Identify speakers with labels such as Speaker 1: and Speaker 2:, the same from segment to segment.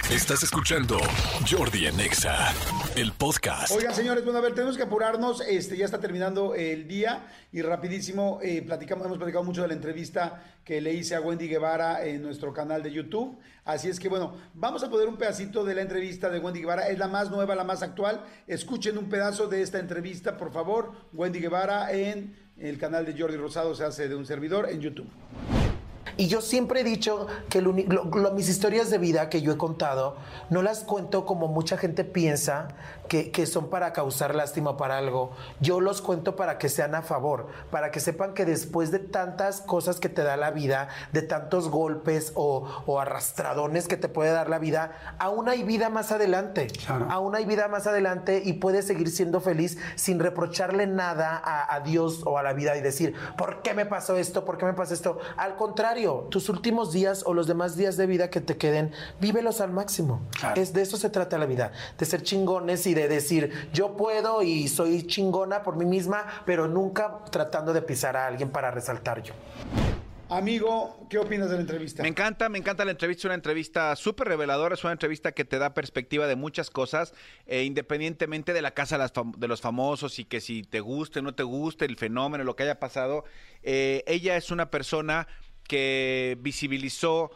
Speaker 1: Estás escuchando Jordi en Exa, el podcast.
Speaker 2: Oigan, señores, bueno, a ver, tenemos que apurarnos. Ya está terminando el día y rapidísimo hemos platicado mucho de la entrevista que le hice a Wendy Guevara en nuestro canal de YouTube. Así es que, bueno, vamos a poner un pedacito de la entrevista de Wendy Guevara. Es la más nueva, la más actual. Escuchen un pedazo de esta entrevista, por favor. Wendy Guevara en el canal de Jordi Rosado, se hace de un servidor en YouTube.
Speaker 3: Y yo siempre he dicho que mis historias de vida que yo he contado, no las cuento como mucha gente piensa que son para causar lástima o para algo. Yo los cuento para que sean a favor, para que sepan que después de tantas cosas que te da la vida, de tantos golpes o arrastradones que te puede dar la vida, aún hay vida más adelante. Claro. Aún hay vida más adelante y puedes seguir siendo feliz sin reprocharle nada a Dios o a la vida y decir, ¿por qué me pasó esto? ¿Por qué me pasa esto? Al contrario, tus últimos días o los demás días de vida que te queden, vívelos al máximo. Claro. De eso se trata la vida, de ser chingones y de decir, yo puedo y soy chingona por mí misma, pero nunca tratando de pisar a alguien para resaltar yo.
Speaker 2: Amigo, ¿qué opinas de la entrevista?
Speaker 4: Me encanta la entrevista, es una entrevista súper reveladora, es una entrevista que te da perspectiva de muchas cosas, independientemente de la casa de los famosos y que si te guste o no te guste el fenómeno, lo que haya pasado. Ella es una persona que visibilizó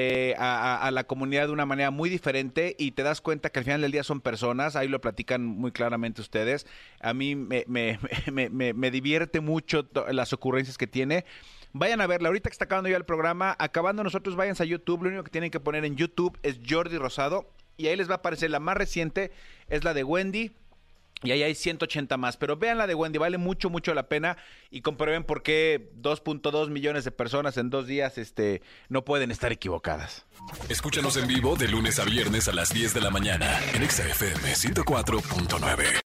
Speaker 4: a la comunidad de una manera muy diferente y te das cuenta que al final del día son personas, ahí lo platican muy claramente ustedes. A mí me divierte mucho las ocurrencias que tiene. Vayan a verla, ahorita que está acabando ya el programa, acabando nosotros, váyanse a YouTube, lo único que tienen que poner en YouTube es Jordi Rosado y ahí les va a aparecer la más reciente, es la de Wendy. Y ahí hay 180 más, pero vean la de Wendy, vale mucho, mucho la pena y comprueben por qué 2.2 millones de personas en 2 días no pueden estar equivocadas.
Speaker 1: Escúchanos en vivo de lunes a viernes a las 10 de la mañana en Exa FM 104.9.